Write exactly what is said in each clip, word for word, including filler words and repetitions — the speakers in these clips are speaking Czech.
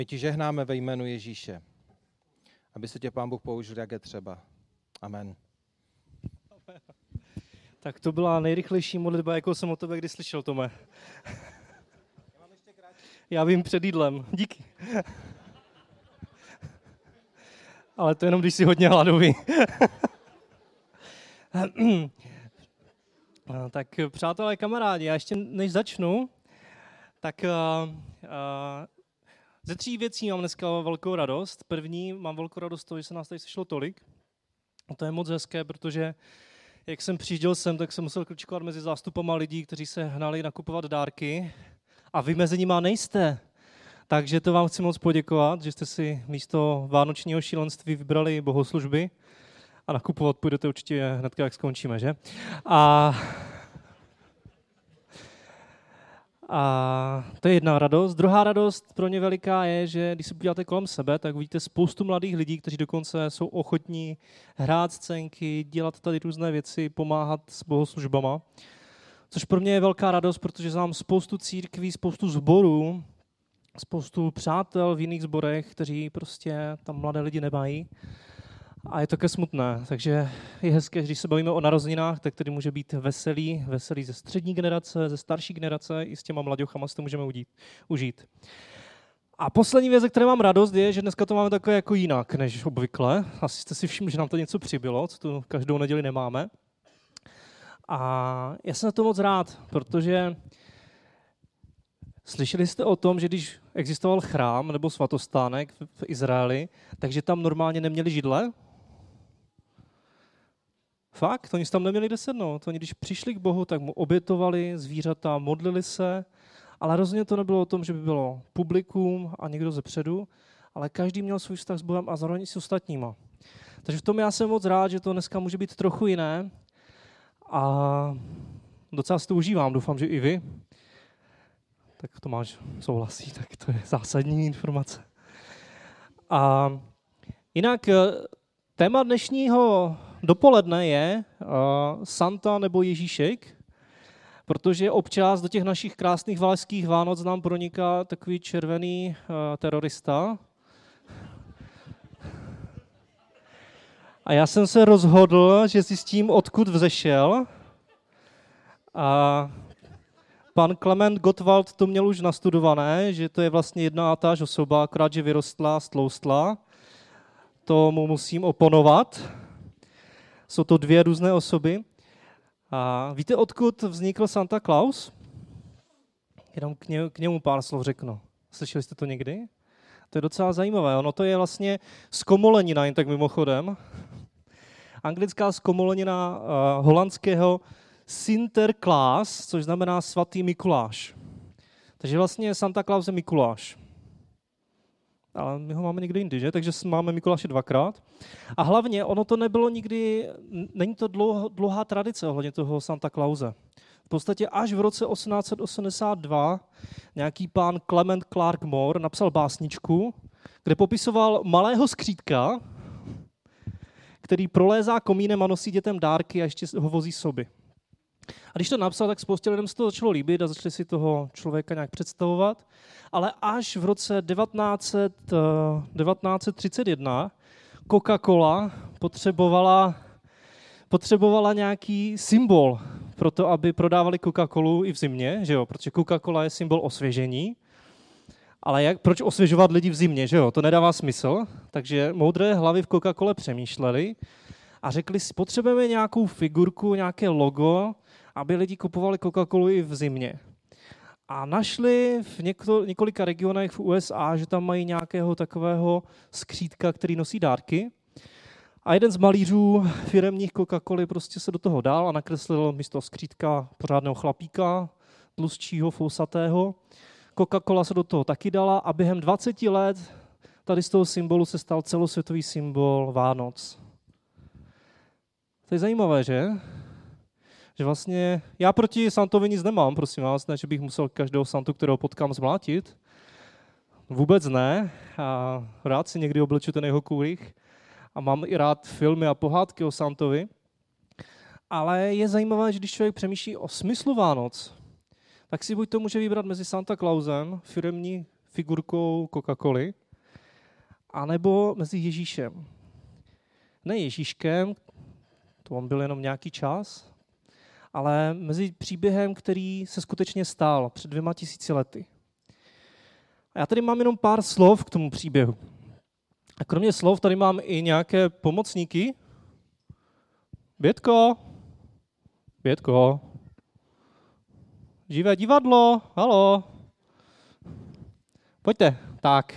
My ti žehnáme ve jménu Ježíše, aby se tě Pán Bůh použil, jak je třeba. Amen. Tak to byla nejrychlejší modlitba, jakou jsem o tebe kdy slyšel, Tome. Já vím před jídlem. Díky. Ale to jenom, když jsi hodně hladový. Tak přátelé, kamarádi, já ještě než začnu, tak uh, uh, ze tří věcí mám dneska velkou radost. První, mám velkou radost toho, že se nás tady sešlo tolik. A to je moc hezké, protože jak jsem přijížděl sem, tak jsem musel kličkovat mezi zástupama lidí, kteří se hnali nakupovat dárky a vy mezi nimi nejste. Takže to vám chci moc poděkovat, že jste si místo vánočního šílenství vybrali bohoslužby a nakupovat půjdete určitě hned, jak skončíme, že? A, a to je jedna radost. Druhá radost pro ně veliká je, že když se podíváte kolem sebe, tak uvidíte spoustu mladých lidí, kteří dokonce jsou ochotní hrát scénky, dělat tady různé věci, pomáhat s bohoslužbama. Což pro mě je velká radost, protože znám spoustu církví, spoustu sborů, spoustu přátel v jiných sborech, kteří prostě tam mladé lidi nemají. A je to také smutné, takže je hezké, když se bavíme o narozeninách, tak tady může být veselý, veselý ze střední generace, ze starší generace, i s těma mladěchama si to můžeme udít, užít. A poslední věc, ze které mám radost, je, že dneska to máme takové jako jinak, než obvykle. Asi jste si všimli, že nám to něco přibylo, co tu každou neděli nemáme. A já jsem na to moc rád, protože slyšeli jste o tom, že když existoval chrám nebo svatostánek v Izraeli, takže tam normálně neměli židle? Fakt, oni tam neměli kde sednout. Oni když přišli k Bohu, tak mu obětovali zvířata, modlili se, ale rozhodně to nebylo o tom, že by bylo publikum a někdo zepředu, ale každý měl svůj vztah s Bohem a zároveň i s ostatníma. Takže v tom já jsem moc rád, že to dneska může být trochu jiné a docela si to užívám, doufám, že i vy. Tak Tomáš souhlasí, tak to je zásadní informace. A jinak téma dnešního dopoledne je uh, Santa nebo Ježíšek, protože občas do těch našich krásných valašských Vánoc nám proniká takový červený uh, terorista. A já jsem se rozhodl, že zjistím, odkud vzešel. A pan Klement Gottwald to měl už nastudované, že to je vlastně jedna a táž osoba, akorát, že vyrostla, stloustla. Tomu musím oponovat. Jsou to dvě různé osoby. A víte, odkud vznikl Santa Claus? Jenom k, ně, k němu pár slov řeknu. Slyšeli jste to někdy? To je docela zajímavé. Ono to je vlastně zkomolenina, jen tak mimochodem. Anglická zkomolenina uh, holandského Sinterklaas, což znamená svatý Mikuláš. Takže vlastně Santa Claus je Mikuláš. Ale my ho máme někde jindy, že? Takže máme Mikuláše dvakrát. A hlavně ono to nebylo nikdy, není to dlouho, dlouhá tradice ohledně toho Santa Clause. V podstatě až v roce osmnáct set osmdesát dva nějaký pán Clement Clark Moore napsal básničku, kde popisoval malého skřítka, který prolézá komínem a nosí dětem dárky a ještě ho vozí soby. A když to napsal, tak spoustě lidem se to začalo líbit a začali si toho člověka nějak představovat. Ale až v roce devatenáct set třicet jedna Coca-Cola potřebovala, potřebovala nějaký symbol pro to, aby prodávali Coca-Colu i v zimě, že jo? Protože Coca-Cola je symbol osvěžení. Ale jak, proč osvěžovat lidi v zimě, že jo? To nedává smysl. Takže moudré hlavy v Coca-Cole přemýšleli a řekli si, potřebujeme nějakou figurku, nějaké logo, aby lidi kupovali Coca-Colu i v zimě. A našli v něko, několika regionech v U S A, že tam mají nějakého takového skřítka, který nosí dárky. A jeden z malířů firemních Coca-Coly prostě se do toho dal a nakreslil místo skřítka pořádného chlapíka, tlustšího, fousatého. Coca-Cola se do toho taky dala a během dvacet let tady z toho symbolu se stal celosvětový symbol Vánoc. To je zajímavé, že? Že vlastně, já proti Santovi nic nemám, prosím vás, ne, že bych musel každého Santu, kterého potkám, zmlátit. Vůbec ne. A rád si někdy obleču ten jeho kůlich. A mám i rád filmy a pohádky o Santovi. Ale je zajímavé, že když člověk přemýšlí o smyslu Vánoc, tak si buď to může vybrat mezi Santa Clausem, firemní figurkou Coca-Coly, anebo mezi Ježíšem. Ne Ježíškem, to on byl jenom nějaký čas, ale mezi příběhem, který se skutečně stál před dvěma tisíci lety. A já tady mám jenom pár slov k tomu příběhu. A kromě slov tady mám i nějaké pomocníky. Bětko, Bětko, živé divadlo, halo. Pojďte, tak.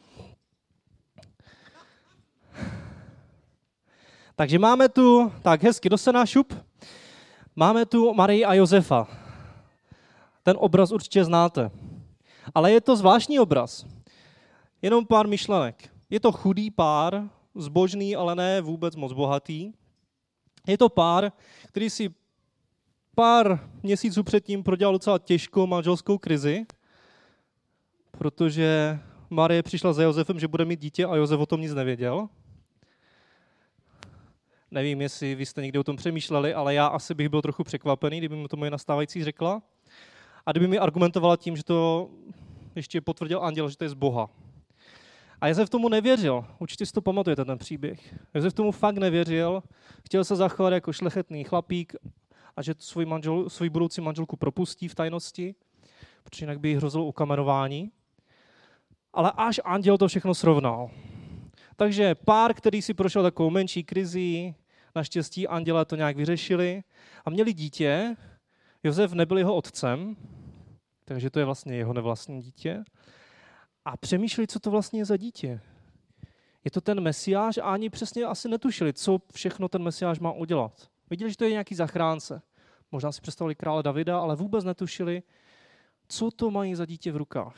Takže máme tu, tak hezky, do se šup. Máme tu Marii a Josefa. Ten obraz určitě znáte. Ale je to zvláštní obraz. Jenom pár myšlenek. Je to chudý pár, zbožný, ale ne vůbec moc bohatý. Je to pár, který si pár měsíců předtím prodělal docela těžkou manželskou krizi, protože Marie přišla za Josefem, že bude mít dítě a Josef o tom nic nevěděl. Nevím, jestli vy jste někdy o tom přemýšleli, ale já asi bych byl trochu překvapený, kdyby mi to moje nastávající řekla. A kdyby mi argumentovala tím, že to ještě potvrdil anděl, že to je z Boha. A Josef tomu nevěřil. Určitě si to pamatujete, ten příběh. Josef tomu fakt nevěřil, chtěl se zachovat jako šlechetný chlapík a že svůj, manžel, svůj budoucí manželku propustí v tajnosti, protože jinak by jí hrozilo ukamenování. Ale až anděl to všechno srovnal. Takže pár, který si prošel takovou menší krizi, naštěstí anděle to nějak vyřešili a měli dítě. Josef nebyl jeho otcem, takže to je vlastně jeho nevlastní dítě. A přemýšleli, co to vlastně je za dítě. Je to ten Mesiáš a ani přesně asi netušili, co všechno ten Mesiáš má udělat. Viděli, že to je nějaký zachránce. Možná si představili krále Davida, ale vůbec netušili, co to mají za dítě v rukách.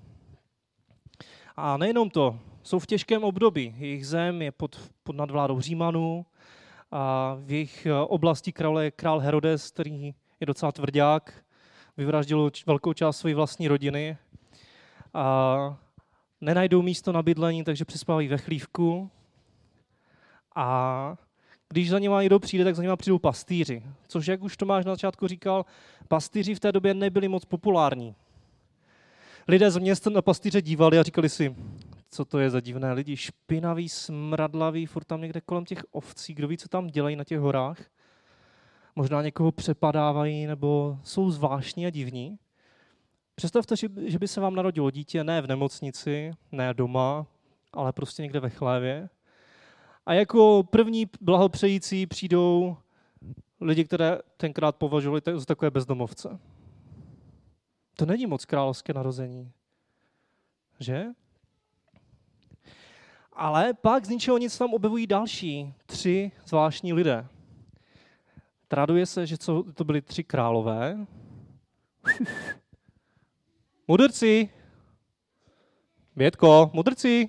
A nejenom to, jsou v těžkém období. Jejich zem je pod, pod nadvládou Římanů a v jejich oblasti krále je král Herodes, který je docela tvrdák, vyvraždil velkou část své vlastní rodiny a nenajdou místo na bydlení, takže přespávají ve chlívku a když za nima někdo přijde, tak za nima přijdou pastýři, což, jak už Tomáš na začátku říkal, pastýři v té době nebyli moc populární. Lidé z města na pastýře dívali a říkali si, co to je za divné lidi, špinavý, smradlavý, furt tam někde kolem těch ovcí, kdo ví, co tam dělají na těch horách. Možná někoho přepadávají nebo jsou zvláštní a divní. Představte, že by se vám narodilo dítě ne v nemocnici, ne doma, ale prostě někde ve chlévě. A jako první blahopřející přijdou lidi, které tenkrát považovali za takové bezdomovce. To není moc královské narození. Že? Ale pak z ničeho nic tam objevují další tři zvláštní lidé. Traduje se, že to byli tři králové. Mudrci! Bětko, mudrci!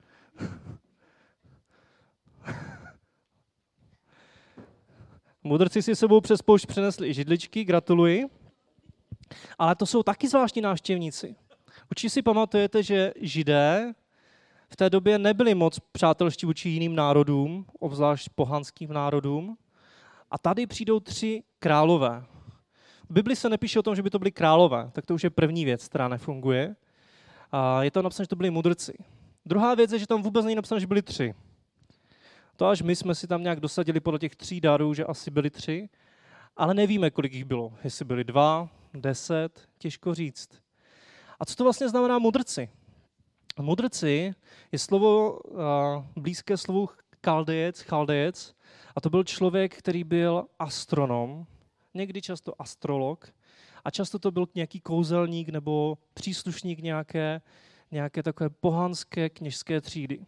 Mudrci si sebou přes poušť přinesli i židličky, gratuluji. Ale to jsou taky zvláštní návštěvníci. Určitě si pamatujete, že Židé v té době nebyli moc přátelští vůči jiným národům, obzvlášť pohanským národům. A tady přijdou tři králové. V Bibli se nepíše o tom, že by to byli králové, tak to už je první věc, která nefunguje. A je tam napsáno, že to byli mudrci. Druhá věc je, že tam vůbec není napsáno, že byli tři. To až my jsme si tam nějak dosadili podle těch tří darů, že asi byli tři, ale nevíme, kolik jich bylo. Jestli byli dva, deset, těžko říct. A co to vlastně znamená mudrci? Mudrci je slovo uh, blízké slovu kaldejec, chaldejec, a to byl člověk, který byl astronom, někdy často astrolog, a často to byl nějaký kouzelník nebo příslušník nějaké, nějaké takové pohanské kněžské třídy.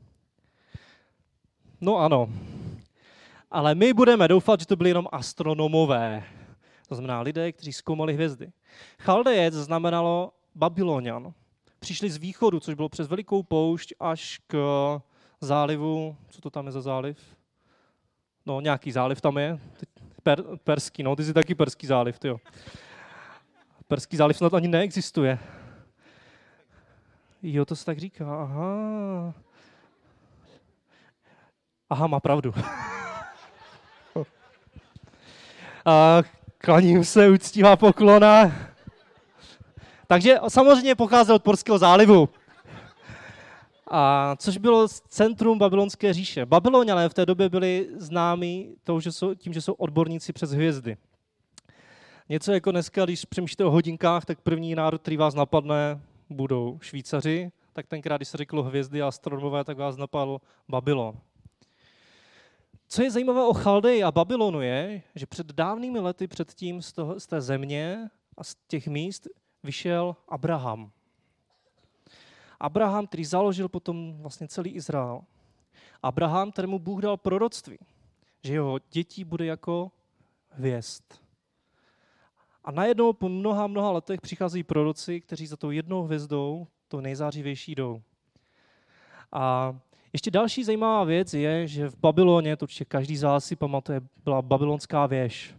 No ano, ale my budeme doufat, že to byli jenom astronomové. To znamená lidé, kteří zkoumali hvězdy. Chaldejec znamenalo Babylonian. Přišli z východu, což bylo přes velikou poušť až k zálivu. Co to tam je za záliv? No, nějaký záliv tam je. Per, perský, no, ty jsi taky perský záliv, tyjo. Perský záliv snad ani neexistuje. Jo, to se tak říká, aha. Aha, má pravdu. A klaním se, uctivá poklona. Takže samozřejmě pocházel od Porského zálivu. A což bylo centrum babylonské říše. Babyloniané v té době byli známí to, že jsou, tím, že jsou odborníci přes hvězdy. Něco jako dneska, když přemýšlíte o hodinkách, tak první národ, který vás napadne, budou Švýcaři. Tak tenkrát, když se řeklo hvězdy a astronomové, tak vás napadl Babylon. Co je zajímavé o Chaldeji a Babylonu je, že před dávnými lety předtím z, toho, z té země a z těch míst vyšel Abraham. Abraham, který založil potom vlastně celý Izrael. Abraham, kterému Bůh dal proroctví, že jeho dětí bude jako hvězd. A najednou po mnoha, mnoha letech přicházejí proroci, kteří za tou jednou hvězdou, tou nejzářivější jdou. A ještě další zajímavá věc je, že v Babyloně, to určitě každý z vás si pamatuje, byla babylonská věž.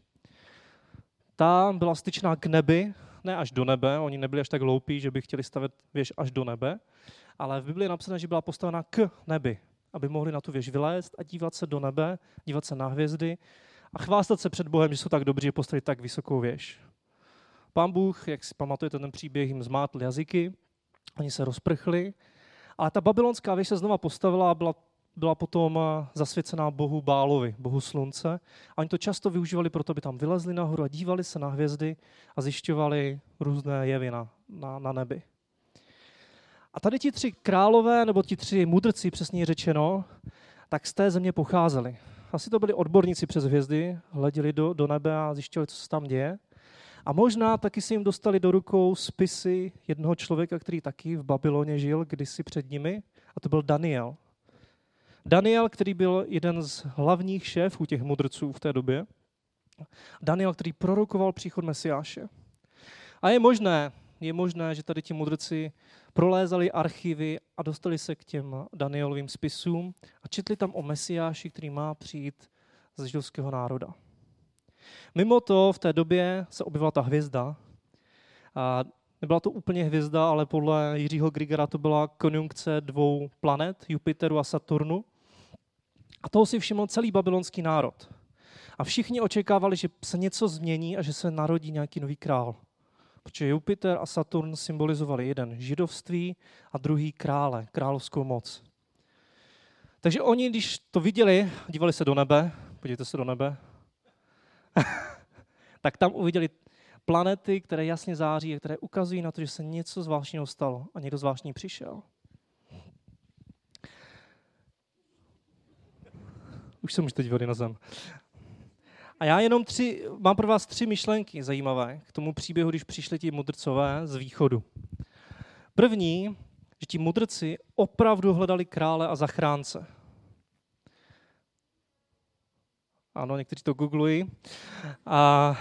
Ta byla styčná k nebi, ne až do nebe, oni nebyli až tak hloupí, že by chtěli stavět věž až do nebe, ale v Biblii je napsané, že byla postavena k nebi, aby mohli na tu věž vylézt a dívat se do nebe, dívat se na hvězdy a chvástat se před Bohem, že jsou tak dobří, že postavili tak vysokou věž. Pán Bůh, jak si pamatujete ten příběh, jim zmátl jazyky, oni se rozprchli, ale ta babylonská věž se znova postavila a byla, byla potom zasvěcená bohu Bálovi, bohu slunce. A oni to často využívali proto, aby tam vylezli nahoru a dívali se na hvězdy a zjišťovali různé jevy na, na, na nebi. A tady ti tři králové, nebo ti tři mudrci, přesně řečeno, tak z té země pocházeli. Asi to byli odborníci přes hvězdy, hleděli do, do nebe a zjišťovali, co se tam děje. A možná taky si jim dostali do rukou spisy jednoho člověka, který taky v Babyloně žil kdysi před nimi, a to byl Daniel. Daniel, který byl jeden z hlavních šéfů těch mudrců v té době. Daniel, který prorokoval příchod Mesiáše. A je možné, je možné, že tady ti mudrci prolézali archivy a dostali se k těm Danielovým spisům a četli tam o Mesiáši, který má přijít z židovského národa. Mimo to v té době se objevila ta hvězda. A nebyla to úplně hvězda, ale podle Jiřího Grigera to byla konjunkce dvou planet, Jupiteru a Saturnu. A toho si všiml celý babylonský národ. A všichni očekávali, že se něco změní a že se narodí nějaký nový král. Protože Jupiter a Saturn symbolizovali jeden židovství a druhý krále, královskou moc. Takže oni, když to viděli, dívali se do nebe, podívejte se do nebe, tak tam uviděli planety, které jasně září a které ukazují na to, že se něco zvláštního stalo a někdo zvláštní přišel. Už se můžete dívat na zem. A já jenom tři, mám pro vás tři myšlenky zajímavé k tomu příběhu, když přišli ti mudrcové z východu. První, že ti mudrci opravdu hledali krále a zachránce. Ano, někteří to googlují. A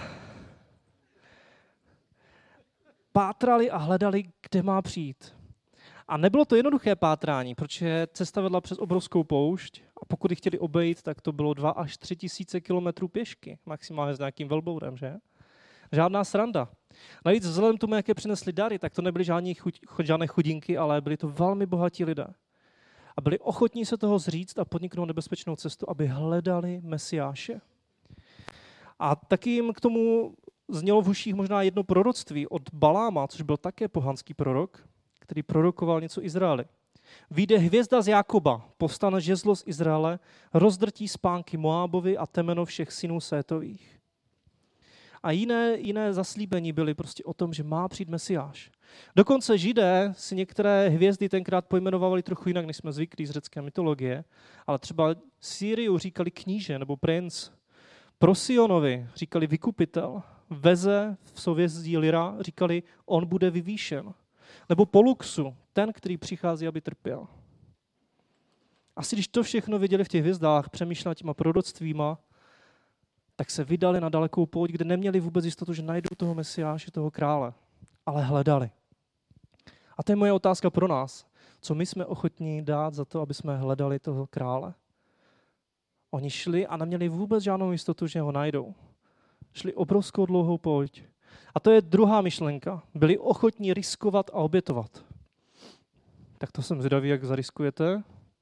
pátrali a hledali, kde má přijít. A nebylo to jednoduché pátrání, protože cesta vedla přes obrovskou poušť a pokud ji chtěli obejít, tak to bylo dva až tři tisíce kilometrů pěšky, maximálně s nějakým velbourem, že? Žádná sranda. Navíc vzhledem tomu, jaké přinesli dary, tak to nebyly žádné, chuť, žádné chudinky, ale byli to velmi bohatí lidé. A byli ochotní se toho zříct a podniknout nebezpečnou cestu, aby hledali Mesiáše. A taky jim k tomu znělo v uších možná jedno proroctví od Baláma, což byl také pohanský prorok, který prorokoval něco Izraeli. Vyjde hvězda z Jákoba, povstane žezlo z Izraele, rozdrtí spánky Moábovi a temeno všech synů Sétových. A jiné, jiné zaslíbení byly prostě o tom, že má přijít Mesiáš. Dokonce Židé si některé hvězdy tenkrát pojmenovali trochu jinak, než jsme zvyklí z řecké mytologie, ale třeba Sýriu říkali kníže nebo princ, Prosionovi říkali vykupitel, Veze v souvězdí Lyra říkali on bude vyvýšen. Nebo Poluxu, ten, který přichází, aby trpěl. Asi když to všechno viděli v těch hvězdách, přemýšleli těma proroctvíma, tak se vydali na dalekou pouť, kde neměli vůbec jistotu, že najdou toho Mesiáše, toho krále, ale hledali. A to je moje otázka pro nás. Co my jsme ochotní dát za to, aby jsme hledali toho krále? Oni šli a neměli vůbec žádnou jistotu, že ho najdou. Šli obrovskou dlouhou pouť. A to je druhá myšlenka. Byli ochotní riskovat a obětovat. Tak to jsem zvědavý, jak zariskujete.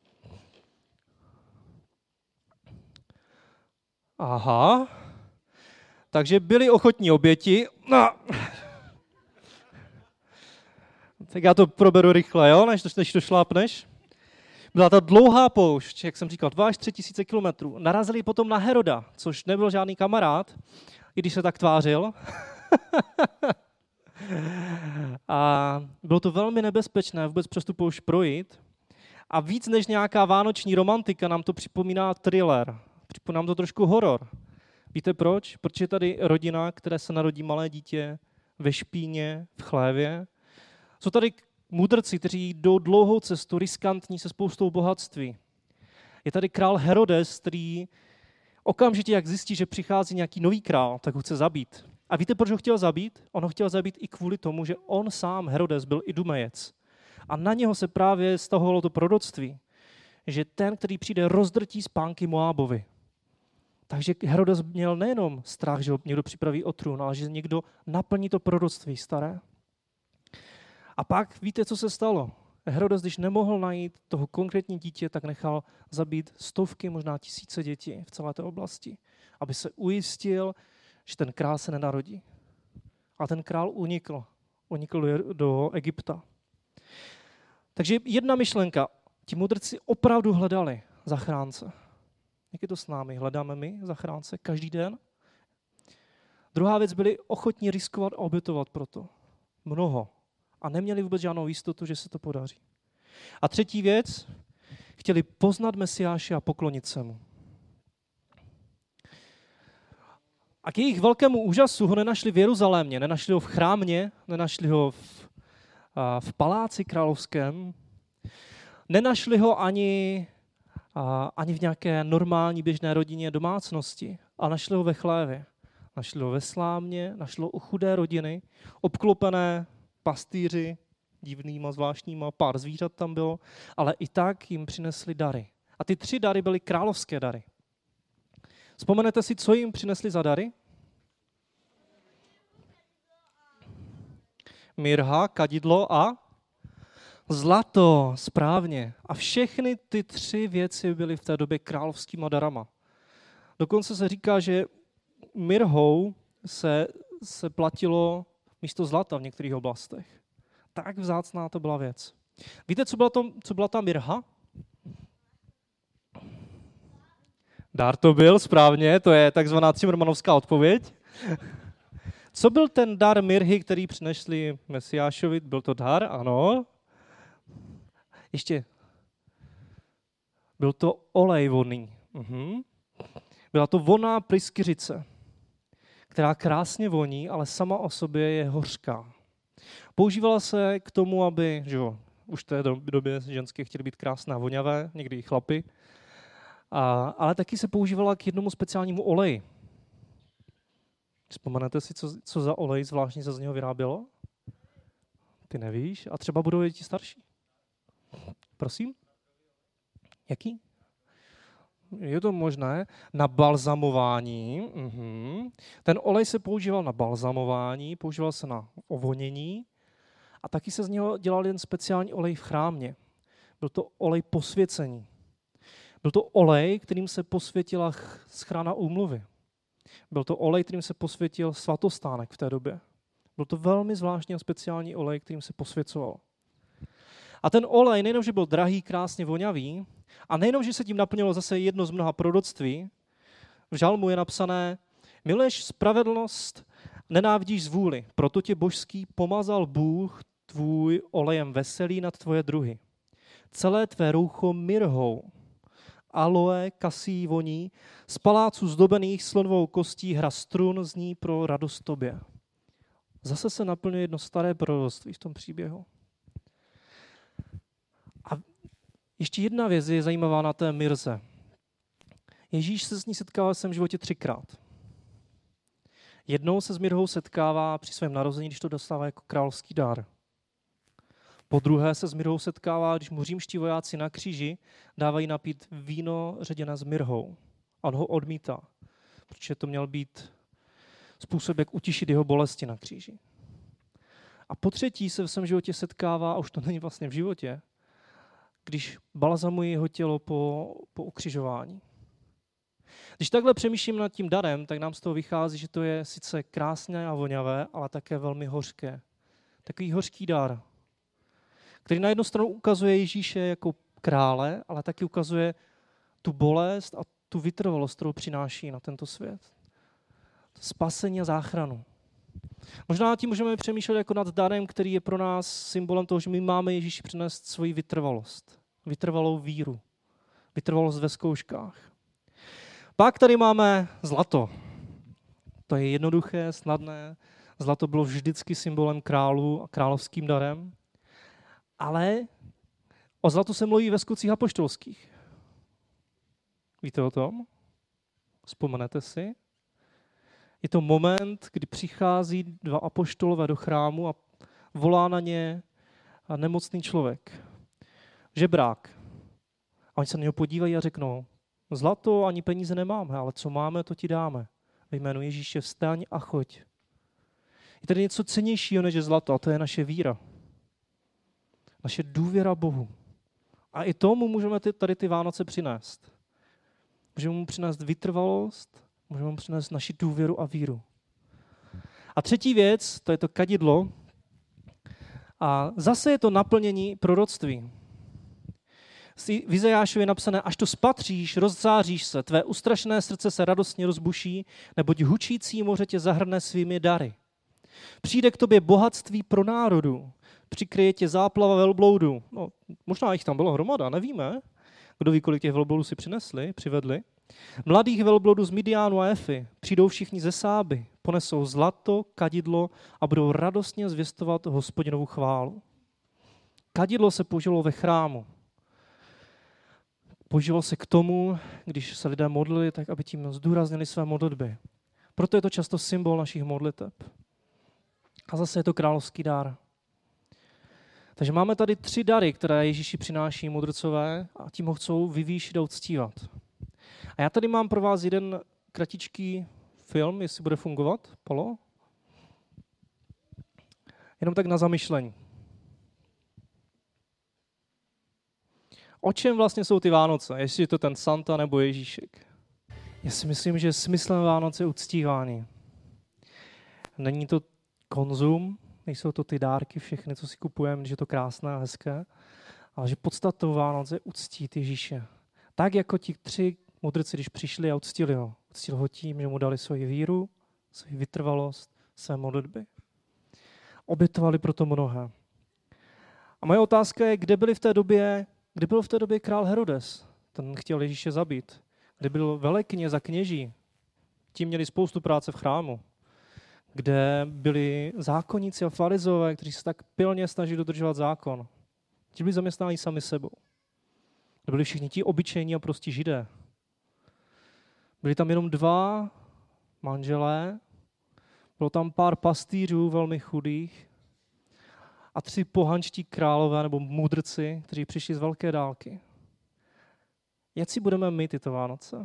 Aha. Takže byli ochotní oběti. No. Tak já to proberu rychle, jo, než to, než to šlápneš. Byla to dlouhá poušť, jak jsem říkal, dva až tři tisíce kilometrů. Narazili potom na Heroda, což nebyl žádný kamarád, i když se tak tvářil. A bylo to velmi nebezpečné vůbec přes tu poušť projít. A víc než nějaká vánoční romantika nám to připomíná thriller. Připomíná nám to trošku horor. Víte proč? Protože je tady rodina, které se narodí malé dítě ve špíně, v chlévě. Jsou tady mudrci, kteří jdou dlouhou cestu, riskantní, se spoustou bohatství. Je tady král Herodes, který okamžitě, jak zjistí, že přichází nějaký nový král, tak ho chce zabít. A víte, proč ho chtěl zabít? On ho chtěl zabít i kvůli tomu, že on sám, Herodes, byl idumejec. A na něho se právě stahovalo to proroctví, že ten, který přijde, rozdrtí spánky Moábovi. Takže Herodes měl nejenom strach, že ho někdo připraví o trůn, ale že někdo naplní to proroctví staré. A pak víte, co se stalo? Herodes, když nemohl najít toho konkrétní dítě, tak nechal zabít stovky, možná tisíce dětí v celé té oblasti, aby se ujistil, že ten král se nenarodí. A ten král unikl. Unikl do, do Egypta. Takže jedna myšlenka. Ti mudrci opravdu hledali zachránce. Jak je to s námi? Hledáme my zachránce každý den? Druhá věc, byli ochotní riskovat a obětovat proto. Mnoho. A neměli vůbec žádnou jistotu, že se to podaří. A třetí věc, chtěli poznat Mesiáše a poklonit se mu. A k jejich velkému úžasu ho nenašli v Jeruzalémě, nenašli ho v chrámě, nenašli ho v, a, v paláci královském, nenašli ho ani, a, ani v nějaké normální běžné rodině domácnosti, ale našli ho ve chlévě. Našli ho ve slámě, našli ho u chudé rodiny, obklopené pastýři, divnýma, zvláštníma, pár zvířat tam bylo, ale i tak jim přinesli dary. A ty tři dary byly královské dary. Vzpomenete si, co jim přinesli za dary? Mirha, kadidlo a zlato, správně. A všechny ty tři věci byly v té době královskýma darama. Dokonce se říká, že mirhou se, se platilo místo zlata v některých oblastech. Tak vzácná to byla věc. Víte, co byla, to, co byla ta mirha? Dár to byl, správně, to je takzvaná Cimrmanovská odpověď. Co byl ten dar mirhy, který přinesli Mesiášovi? Byl to dar, ano. Ještě. Byl to olej vonný. Mhm. Byla to vonná pryskyřice, která krásně voní, ale sama o sobě je hořká. Používala se k tomu, aby, že jo, už v té době ženské chtěly být krásné a voňavé, někdy i chlapy, a, ale taky se používala k jednomu speciálnímu oleji. Vzpomenete si, co, co za olej zvláštně se z něho vyrábělo? Ty nevíš? A třeba budou ti starší. Prosím? Jaký? Je to možné. Na balzamování. Mhm. Ten olej se používal na balzamování, používal se na ovonění a taky se z něho dělal jen speciální olej v chrámě. Byl to olej posvěcení. Byl to olej, kterým se posvětila schrána úmluvy. Byl to olej, kterým se posvětil svatostánek v té době. Byl to velmi zvláštní a speciální olej, kterým se posvěcoval. A ten olej nejenom, že byl drahý, krásně voňavý, a nejenom, že se tím naplnilo zase jedno z mnoha proroctví, v žalmu je napsané: miluješ spravedlnost, nenávidíš zvůli, proto tě božský pomazal Bůh tvůj olejem veselý nad tvoje druhy. Celé tvé roucho mirhou, aloe, kasí voní, z paláců zdobených slonovou kostí hra strun zní pro radost tobě. Zase se naplňuje jedno staré proroctví v tom příběhu. A ještě jedna věc je zajímavá na té mirze. Ježíš se s ní setkával v svém životě třikrát. Jednou se s mirhou setkává při svém narození, když to dostává jako královský dar. Po druhé se s mirhou setkává, když mu římští vojáci na kříži dávají napít víno ředěné s mirhou. A on ho odmítá, protože to měl být způsob, jak utišit jeho bolesti na kříži. A po třetí se v svém životě setkává, a už to není vlastně v životě, když balzamují jeho tělo po, po ukřižování. Když takhle přemýšlím nad tím darem, tak nám z toho vychází, že to je sice krásné a voňavé, ale také velmi hořké. Takový hořký dar. který na jednu stranu ukazuje Ježíše jako krále, ale taky ukazuje tu bolest a tu vytrvalost, kterou přináší na tento svět. Spasení a záchranu. Možná nad tím můžeme přemýšlet jako nad darem, který je pro nás symbolem toho, že my máme Ježíši přinést svoji vytrvalost. Vytrvalou víru. Vytrvalost ve zkouškách. Pak tady máme zlato. To je jednoduché, snadné. Zlato bylo vždycky symbolem králu a královským darem. Ale o zlatu se mluví ve skutcích apoštolských. Víte o tom? Vzpomenete si? Je to moment, kdy přichází dva apoštolové do chrámu a volá na ně nemocný člověk. Žebrák. A oni se na něho podívají a řeknou, zlato ani peníze nemáme, ale co máme, to ti dáme. Ve jménu Ježíše vstaň a choď. Je tady něco cennějšího než zlato a to je naše víra. Naše důvěra Bohu. A i tomu můžeme ty, tady ty Vánoce přinést. Můžeme mu přinést vytrvalost, můžeme mu přinést naši důvěru a víru. A třetí věc, to je to kadidlo. A zase je to naplnění proroctví. V Izajášově je napsané, až to spatříš, rozzáříš se, tvé ustrašené srdce se radostně rozbuší, neboť hučící moře tě zahrne svými dary. Přijde k tobě bohatství pro národu, přikryje tě záplava velbloudů. No, možná jich tam bylo hromada, nevíme. Kdo ví, kolik těch velbloudů si přinesli, přivedli. Mladých velbloudů z Midiánu a Efy přijdou všichni ze Sáby, ponesou zlato, kadidlo a budou radostně zvěstovat Hospodinovu chválu. Kadidlo se použilo ve chrámu. Používalo se k tomu, když se lidé modlili, tak aby tím zdůraznili své modlitby. Proto je to často symbol našich modliteb. A zase je to královský dar. Takže máme tady tři dary, které Ježíši přináší mudrcové a tím ho chcou vyvýšit a uctívat. A já tady mám pro vás jeden kratičký film, jestli bude fungovat. Polo? Jenom tak na zamyšlení. O čem vlastně jsou ty Vánoce? Jestli je to ten Santa nebo Ježíšek? Já si myslím, že smyslem Vánoce je uctívání. Není to konzum, nejsou to ty dárky všechny, co si kupujeme, že je to krásné a hezké, ale že podstatou Vánoce je uctít Ježíše. Tak jako ti tři mudrci, když přišli a uctili ho. Uctili ho tím, že mu dali svoji víru, svoji vytrvalost, své modlitby. Obětovali proto mnohé. A moje otázka je, kde byli v té době, kde byl v té době král Herodes? Ten chtěl Ježíše zabít. Kde byl velekněz a kněží? Ti měli spoustu práce v chrámu. Kde byli zákonníci a farizové, kteří se tak pilně snažili dodržovat zákon. Ti byli zaměstnáni sami sebou. Kde byli všichni ti obyčejní a prostí Židé. Byli tam jenom dva manželé, bylo tam pár pastýřů velmi chudých a tři pohanští králové nebo mudrci, kteří přišli z velké dálky. Jak si budeme my tyto Vánoce?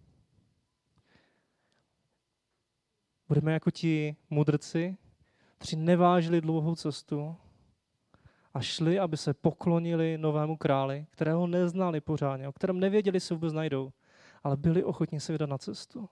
Budeme jako ti mudrci, kteří nevážili dlouhou cestu a šli, aby se poklonili novému králi, kterého neznali pořádně, o kterém nevěděli, jestli vůbec najdou, ale byli ochotni se vydat na cestu.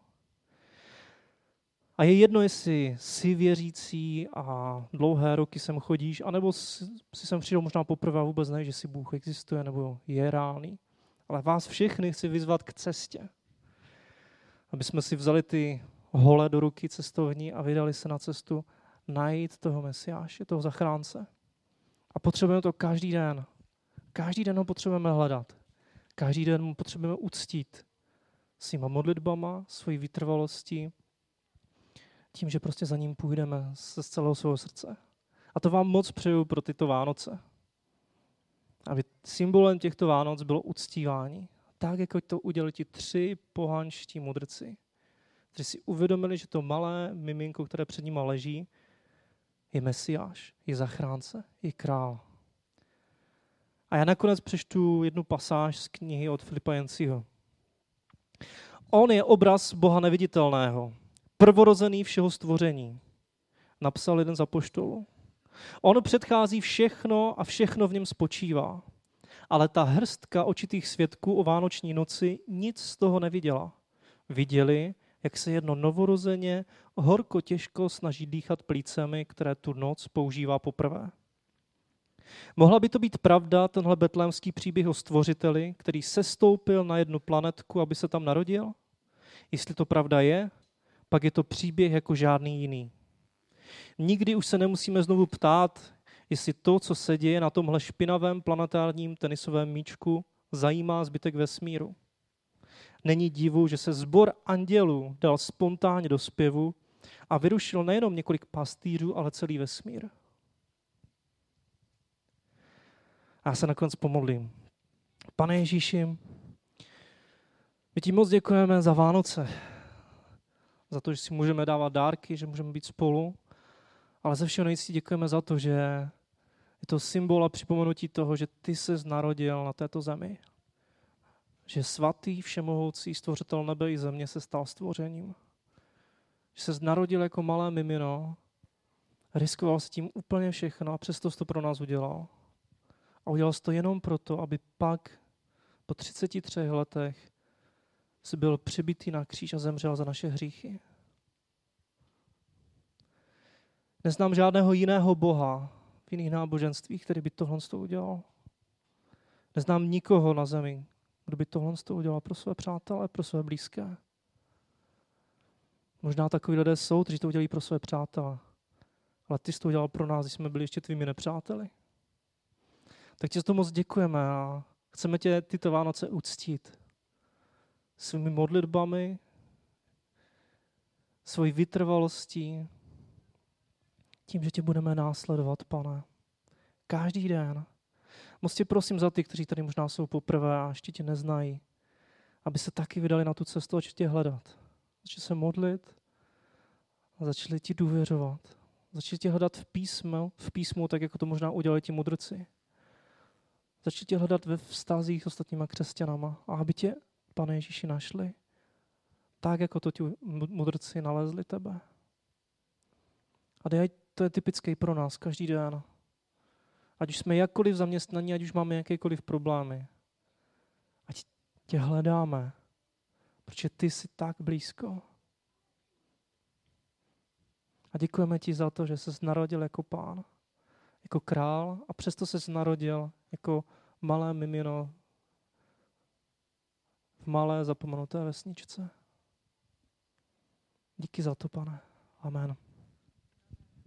A je jedno, jestli jsi věřící a dlouhé roky sem chodíš, anebo si sem přišel možná poprvé a vůbec nevíš, že si Bůh existuje nebo je reálný. Ale vás všechny chci vyzvat k cestě. Aby jsme si vzali ty hole do ruky cestovní a vydali se na cestu najít toho Mesiáše, toho zachránce. A potřebujeme to každý den. Každý den ho potřebujeme hledat. Každý den mu potřebujeme uctít svýma modlitbama, svojí vytrvalostí, tím, že prostě za ním půjdeme z celého svého srdce. A to vám moc přeju pro tyto Vánoce. Aby symbolem těchto Vánoc bylo uctívání. Tak, jako to udělali ti tři pohanští mudrci, kteří si uvědomili, že to malé miminko, které před nimi leží, je Mesiáš, je zachránce, je král. A já nakonec přečtu jednu pasáž z knihy od Filipa Yanceyho. On je obraz Boha neviditelného, prvorozený všeho stvoření, napsal jeden z apoštolů. On předchází všechno a všechno v něm spočívá. Ale ta hrstka očitých svědků o vánoční noci nic z toho neviděla. Viděli, jak se jedno novorozeně horko těžko snaží dýchat plícemi, které tu noc používá poprvé. Mohla by to být pravda, tenhle betlémský příběh o stvořiteli, který sestoupil na jednu planetku, aby se tam narodil? Jestli to pravda je, pak je to příběh jako žádný jiný. Nikdy už se nemusíme znovu ptát, jestli to, co se děje na tomhle špinavém planetárním tenisovém míčku, zajímá zbytek vesmíru. Není divu, že se sbor andělů dal spontánně do zpěvu a vyrušil nejenom několik pastýřů, ale celý vesmír. A já se nakonec pomodlím. Pane Ježíši, my ti moc děkujeme za Vánoce, za to, že si můžeme dávat dárky, že můžeme být spolu, ale ze všeho nejvíc ti děkujeme za to, že je to symbol a připomenutí toho, že ty ses narodil na této zemi. Že svatý, všemohoucí stvořitel nebe i země se stal stvořením. Že ses narodil jako malé mimino, riskoval si tím úplně všechno a přesto jsi to pro nás udělal. A udělal jsi to jenom proto, aby pak po třiceti třech letech jsi byl přibitý na kříž a zemřel za naše hříchy. Neznám žádného jiného boha v jiných náboženstvích, který by tohle udělal. Neznám nikoho na zemi, kdo by tohle udělal pro své přátelé, pro své blízké. Možná takový lidé jsou, kteří to udělají pro své přátelé. Ale ty jsi to udělal pro nás, když jsme byli ještě tvými nepřáteli. Tak ti za to moc děkujeme a chceme tě tyto Vánoce uctít. Svými modlitbami, svojí vytrvalostí, tím, že tě budeme následovat, Pane. Každý den. Moc tě prosím za ty, kteří tady možná jsou poprvé a ještě tě neznají, aby se taky vydali na tu cestu a začali tě hledat. Začali se modlit a začali ti důvěřovat. Začali tě hledat v písmu, v písmu, tak jako to možná udělali ti mudrci. Začali tě hledat ve vztazích s ostatníma křesťanama a aby tě, Pane Ježíši, našli tak, jako to ti mudrci nalezli tebe. A dej, to je typické pro nás každý den. Ať už jsme jakkoliv zaměstnaní, ať už máme jakékoliv problémy. Ať tě hledáme, protože ty jsi tak blízko. A děkujeme ti za to, že jsi narodil jako pán, jako král a přesto jsi narodil jako malé mimino v malé zapomenuté vesničce. Díky za to, Pane. Amen.